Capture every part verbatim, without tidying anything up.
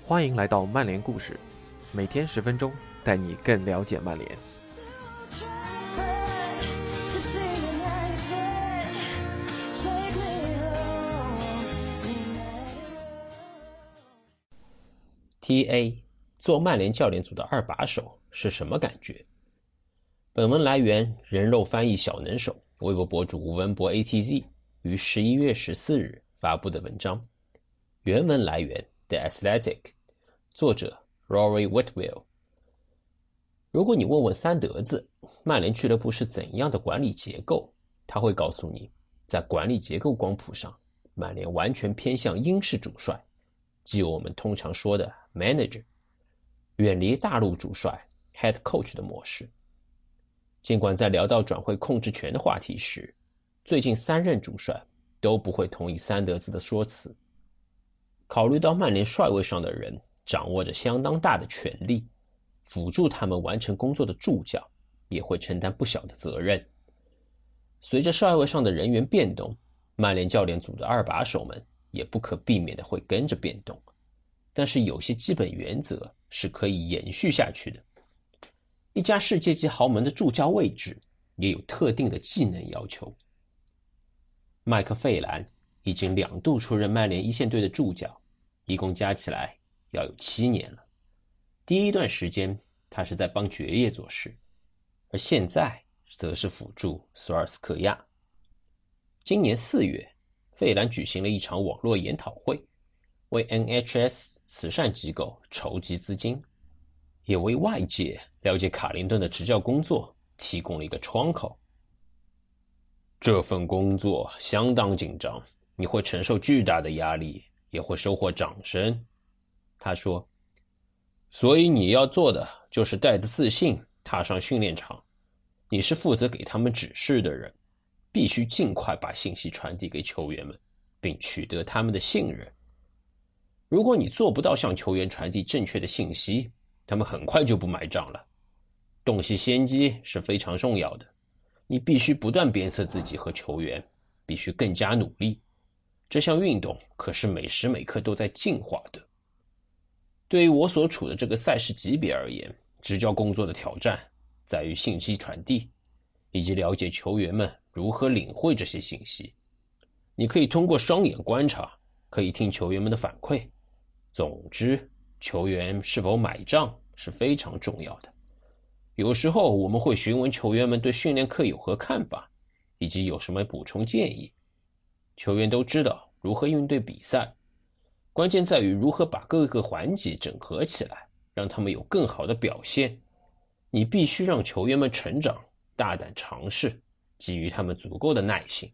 欢迎来到曼联故事，每天十分钟，带你更了解曼联。 T A 做曼联教练组的二把手是什么感觉？本文来源人肉翻译小能手，微博博主吴文博 A T Z 于十一月十四日发布的文章。原文来源 The Athletic， 作者 Rory Whitwell。如果你问问三德子曼联俱乐部是怎样的管理结构，他会告诉你，在管理结构光谱上，曼联完全偏向英式主帅，即我们通常说的 manager， 远离大陆主帅 head coach 的模式。尽管在聊到转会控制权的话题时，最近三任主帅都不会同意三德子的说辞。考虑到曼联帅位上的人掌握着相当大的权力，辅助他们完成工作的助教也会承担不小的责任。随着帅位上的人员变动，曼联教练组的二把手们也不可避免的会跟着变动，但是有些基本原则是可以延续下去的。一家世界级豪门的助教位置也有特定的技能要求。麦克费兰已经两度出任曼联一线队的助教，一共加起来要有七年了。第一段时间他是在帮爵爷做事，而现在则是辅助索尔斯克亚。今年四月，费兰举行了一场网络研讨会，为 N H S 慈善机构筹集资金，也为外界了解卡林顿的执教工作提供了一个窗口。这份工作相当紧张，你会承受巨大的压力，也会收获掌声。他说，所以你要做的就是带着自信踏上训练场，你是负责给他们指示的人，必须尽快把信息传递给球员们，并取得他们的信任。如果你做不到向球员传递正确的信息，他们很快就不买账了。洞悉先机是非常重要的，你必须不断鞭策自己和球员，必须更加努力。这项运动可是每时每刻都在进化的。对于我所处的这个赛事级别而言，执教工作的挑战在于信息传递，以及了解球员们如何领会这些信息。你可以通过双眼观察，可以听球员们的反馈。总之，球员是否买账是非常重要的。有时候我们会询问球员们对训练课有何看法，以及有什么补充建议。球员都知道如何应对比赛，关键在于如何把各个环节整合起来，让他们有更好的表现。你必须让球员们成长，大胆尝试，给予他们足够的耐心。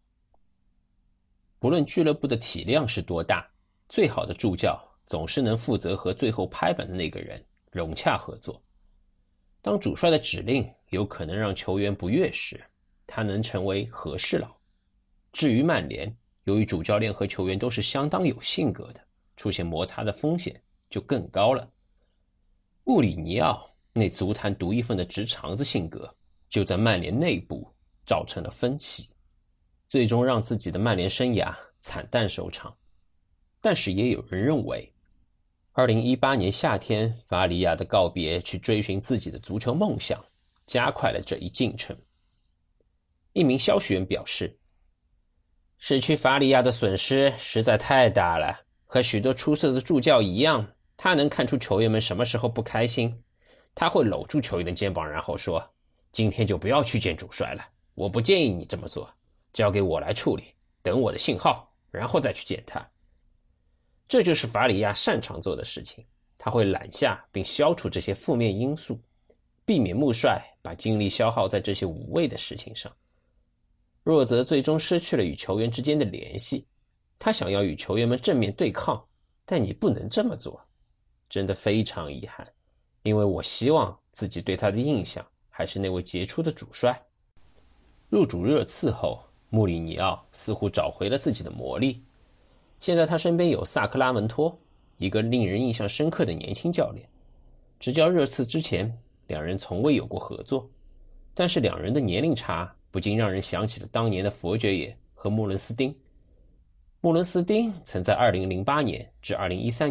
不论俱乐部的体量是多大，最好的助教总是能负责和最后拍板的那个人融洽合作。当主帅的指令有可能让球员不悦时，他能成为和事佬。至于曼联，由于主教练和球员都是相当有性格的，出现摩擦的风险就更高了。穆里尼奥那足坛独一份的直肠子性格，就在曼联内部造成了分歧，最终让自己的曼联生涯惨淡收场。但是也有人认为，二零一八年夏天法里亚的告别去追寻自己的足球梦想，加快了这一进程。一名消息源表示，失去法里亚的损失实在太大了，和许多出色的助教一样，他能看出球员们什么时候不开心。他会搂住球员的肩膀，然后说，今天就不要去见主帅了，我不建议你这么做，交给我来处理，等我的信号，然后再去见他。这就是法里亚擅长做的事情，他会揽下并消除这些负面因素，避免穆帅把精力消耗在这些无谓的事情上。若则最终失去了与球员之间的联系，他想要与球员们正面对抗，但你不能这么做，真的非常遗憾，因为我希望自己对他的印象还是那位杰出的主帅。入主热刺后，穆里尼奥似乎找回了自己的魔力。现在他身边有萨克拉文托，一个令人印象深刻的年轻教练。执教热刺之前，两人从未有过合作，但是两人的年龄差不禁让人想起了当年的佛爵爷和穆伦斯丁。穆伦斯丁曾在二零零八年至二零一三年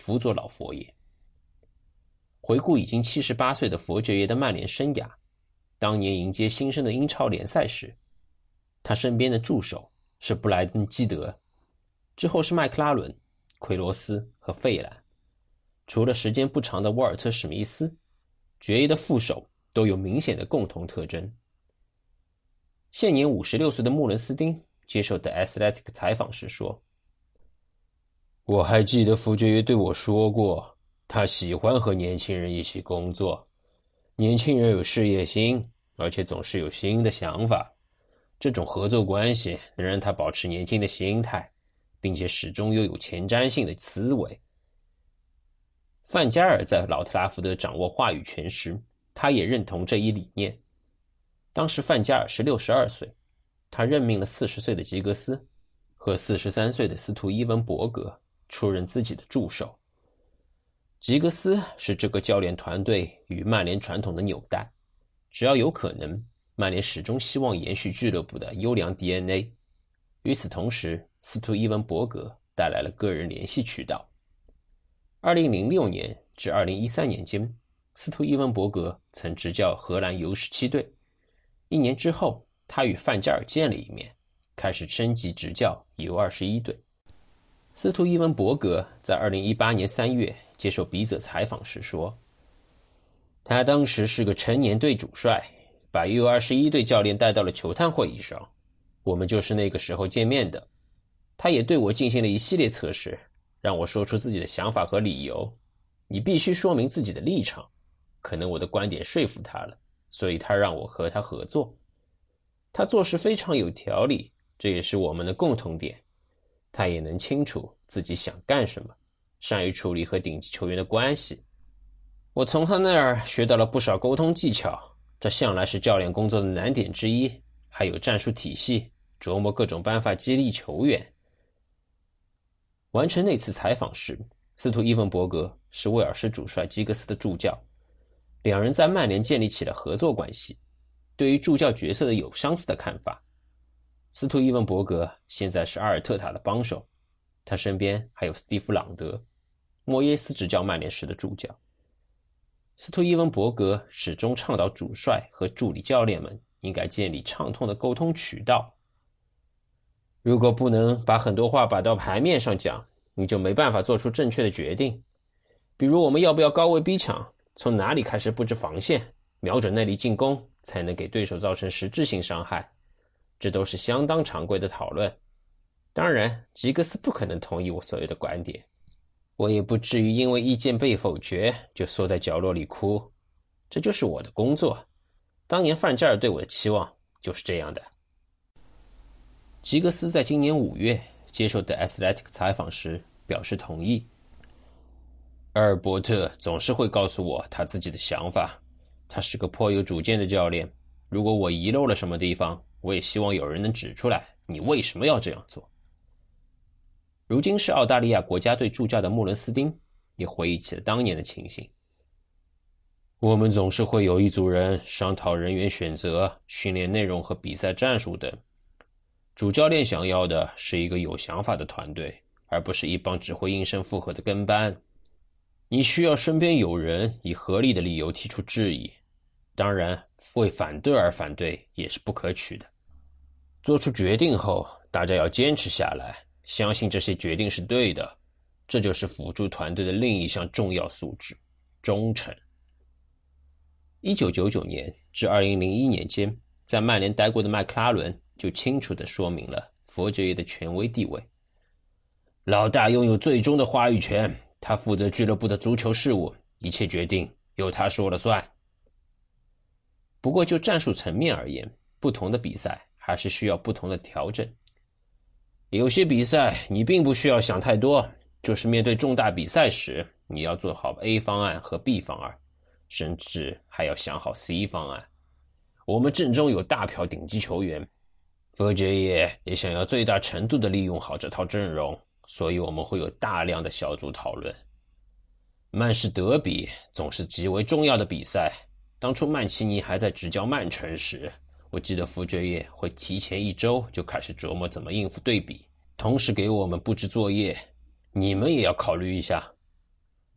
辅佐老佛爷。回顾已经七十八岁的佛爵爷的曼联生涯，当年迎接新生的英超联赛时，他身边的助手是布莱登基德，之后是麦克拉伦、奎罗斯和费兰。除了时间不长的沃尔特史密斯，爵爷的副手都有明显的共同特征。现年五十六岁的穆伦斯丁接受 The Athletic 采访时说，我还记得福爵爷对我说过，他喜欢和年轻人一起工作，年轻人有事业心，而且总是有新的想法，这种合作关系能让他保持年轻的心态，并且始终又有前瞻性的思维。范加尔在老特拉福德掌握话语权时，他也认同这一理念。当时范加尔是六十二岁，他任命了四十岁的吉格斯和四十三岁的斯图伊文伯格出任自己的助手。吉格斯是这个教练团队与曼联传统的纽带，只要有可能，曼联始终希望延续俱乐部的优良 D N A。 与此同时，斯图伊文伯格带来了个人联系渠道。二零零六年至二零一三年间，斯图伊文伯格曾执教荷兰 U 十七 队，一年之后他与范加尔见了一面，开始升级执教 U 二十一 队。斯图伊文伯格在二零一八年三月接受笔者采访时说，他当时是个成年队主帅，把 U 二十一 队教练带到了球探会议上，我们就是那个时候见面的。他也对我进行了一系列测试，让我说出自己的想法和理由，你必须说明自己的立场，可能我的观点说服他了，所以他让我和他合作。他做事非常有条理，这也是我们的共同点。他也能清楚自己想干什么，善于处理和顶级球员的关系。我从他那儿学到了不少沟通技巧，这向来是教练工作的难点之一，还有战术体系，琢磨各种办法激励球员。完成那次采访时，斯图伊文伯格是威尔士主帅基格斯的助教，两人在曼联建立起了合作关系。对于助教角色的有相似的看法。斯图伊文伯格现在是阿尔特塔的帮手，他身边还有斯蒂夫·朗德，莫耶斯执教曼联时的助教。斯图伊文伯格始终倡导主帅和助理教练们应该建立畅通的沟通渠道。如果不能把很多话摆到牌面上讲，你就没办法做出正确的决定。比如我们要不要高位逼抢，从哪里开始布置防线，瞄准那里进攻，才能给对手造成实质性伤害，这都是相当常规的讨论。当然，吉格斯不可能同意我所有的观点，我也不至于因为意见被否决就缩在角落里哭，这就是我的工作。当年范加尔对我的期望就是这样的。吉格斯在今年五月接受 The Athletic 采访时表示同意。阿尔伯特总是会告诉我他自己的想法，他是个颇有主见的教练，如果我遗漏了什么地方，我也希望有人能指出来，你为什么要这样做。如今是澳大利亚国家队助教的穆伦斯丁也回忆起了当年的情形。我们总是会有一组人商讨人员选择、训练内容和比赛战术等。主教练想要的是一个有想法的团队，而不是一帮只会应声附和的跟班。你需要身边有人以合理的理由提出质疑，当然为反对而反对也是不可取的。做出决定后，大家要坚持下来，相信这些决定是对的，这就是辅助团队的另一项重要素质——忠诚。一九九九年至二零零一年间，在曼联待过的麦克拉伦就清楚地说明了佛爵爷的权威地位。老大拥有最终的话语权，他负责俱乐部的足球事务，一切决定由他说了算。不过就战术层面而言，不同的比赛还是需要不同的调整。有些比赛你并不需要想太多，就是面对重大比赛时，你要做好 A 方案和 B 方案，甚至还要想好 C 方案。我们阵中有大票顶级球员，佛爵爷也想要最大程度地利用好这套阵容，所以我们会有大量的小组讨论。曼市德比总是极为重要的比赛，当初曼奇尼还在执教曼城时，我记得佛爵爷会提前一周就开始琢磨怎么应付对比，同时给我们布置作业。你们也要考虑一下，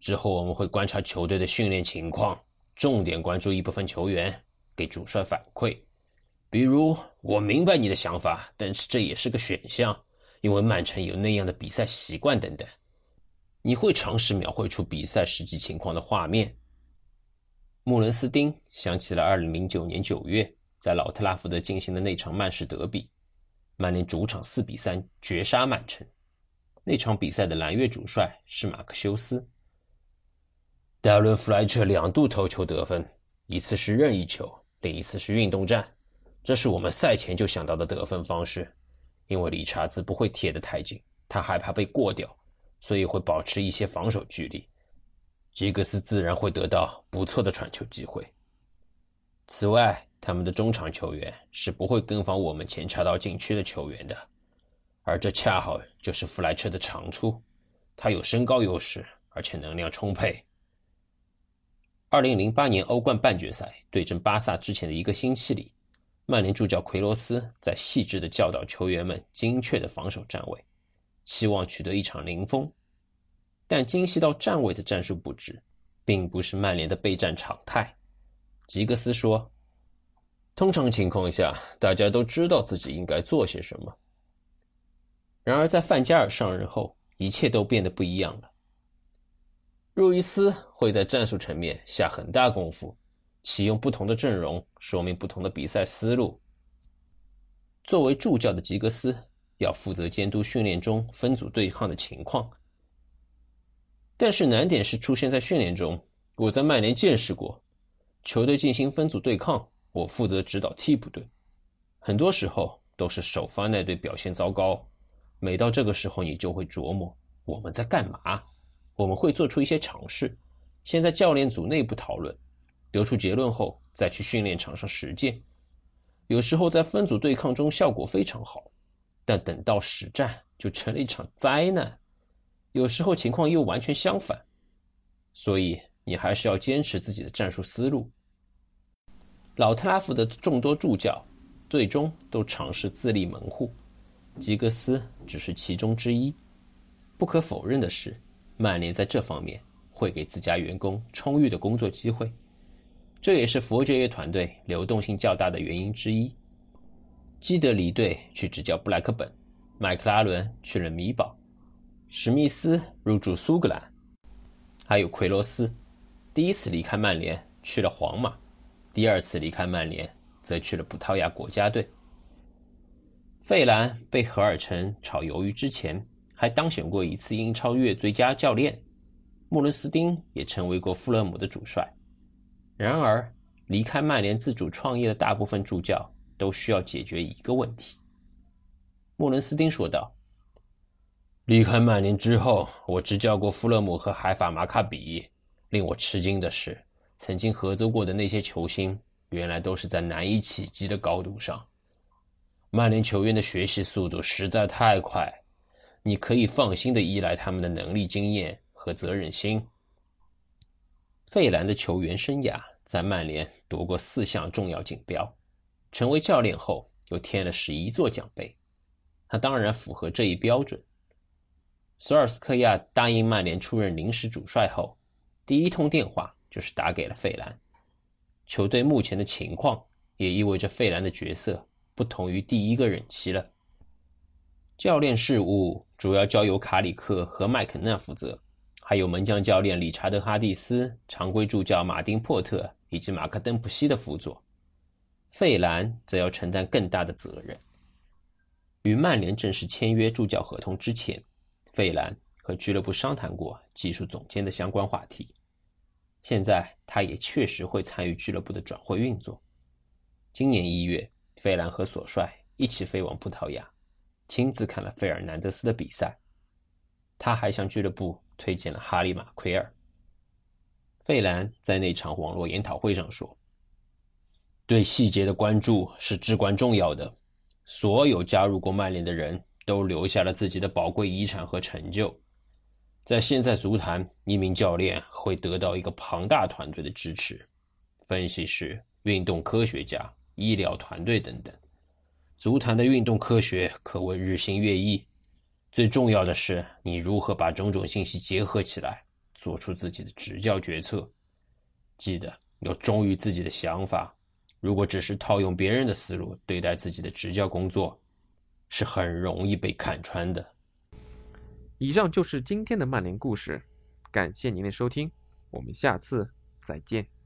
之后我们会观察球队的训练情况，重点关注一部分球员，给主帅反馈。比如，我明白你的想法，但是这也是个选项，因为曼城有那样的比赛习惯等等。你会尝试描绘出比赛实际情况的画面。穆伦斯丁想起了二零零九年九月在老特拉福德进行的那场曼市德比，曼联主场四比三绝杀曼城。那场比赛的蓝月主帅是马克修斯。戴伦·弗莱彻两度头球得分，一次是任意球，另一次是运动战。这是我们赛前就想到的得分方式，因为理查兹不会贴得太近，他害怕被过掉，所以会保持一些防守距离。吉格斯自然会得到不错的传球机会。此外，他们的中场球员是不会跟防我们前插到禁区的球员的，而这恰好就是弗莱彻的长处，他有身高优势，而且能量充沛。二零零八年欧冠半决赛对阵巴萨之前的一个星期里，曼联助教奎罗斯在细致地教导球员们精确的防守站位，期望取得一场零封。但精细到站位的战术布置并不是曼联的备战常态。吉格斯说，通常情况下大家都知道自己应该做些什么。然而在范加尔上任后，一切都变得不一样了。路易斯会在战术层面下很大功夫，启用不同的阵容，说明不同的比赛思路。作为助教的吉格斯要负责监督训练中分组对抗的情况。但是难点是出现在训练中，我在曼联见识过，球队进行分组对抗，我负责指导替补队，很多时候都是首发那队表现糟糕，每到这个时候你就会琢磨我们在干嘛，我们会做出一些尝试，先在教练组内部讨论，得出结论后再去训练场上实践。有时候在分组对抗中效果非常好，但等到实战就成了一场灾难。有时候情况又完全相反，所以你还是要坚持自己的战术思路。老特拉福德的众多助教最终都尝试自立门户，吉格斯只是其中之一。不可否认的是，曼联在这方面会给自家员工充裕的工作机会，这也是佛爵爷团队流动性较大的原因之一。基德离队去执教布莱克本，麦克拉伦去了米堡，史密斯入驻苏格兰，还有奎罗斯第一次离开曼联去了皇马，第二次离开曼联则去了葡萄牙国家队。费兰被荷尔城炒鱿鱼之前还当选过一次英超月最佳教练，穆伦斯丁也成为过富勒姆的主帅。然而离开曼联自主创业的大部分助教都需要解决一个问题。穆伦斯丁说道，离开曼联之后，我执教过富勒姆和海法马卡比，令我吃惊的是，曾经合作过的那些球星原来都是在难以企及的高度上。曼联球员的学习速度实在太快，你可以放心地依赖他们的能力、经验和责任心。费兰的球员生涯在曼联夺过四项重要锦标，成为教练后又添了十一座奖杯，他当然符合这一标准。索尔斯克亚答应曼联出任临时主帅后，第一通电话就是打给了费兰。球队目前的情况也意味着费兰的角色不同于第一个任期了。教练事务主要交由卡里克和麦肯纳负责，还有门将教练理查德·哈蒂斯、常规助教马丁·珀特以及马克·登普西的辅佐。费兰则要承担更大的责任。与曼联正式签约助教合同之前，费兰和俱乐部商谈过技术总监的相关话题。现在他也确实会参与俱乐部的转会运作。今年一月，费兰和索帅一起飞往葡萄牙，亲自看了费尔南德斯的比赛。他还向俱乐部推荐了哈利·马奎尔。费兰在那场网络研讨会上说，对细节的关注是至关重要的，所有加入过曼联的人都留下了自己的宝贵遗产和成就。在现在足坛，一名教练会得到一个庞大团队的支持，分析师、运动科学家、医疗团队等等。足坛的运动科学可谓日新月异，最重要的是你如何把种种信息结合起来， 做出自己的执教决策。记得要忠于自己的想法，如果只是套用别人的思路对待自己的执教工作，是很容易被看穿的。 以上就是今天的曼联故事，感谢您的收听，我们下次再见。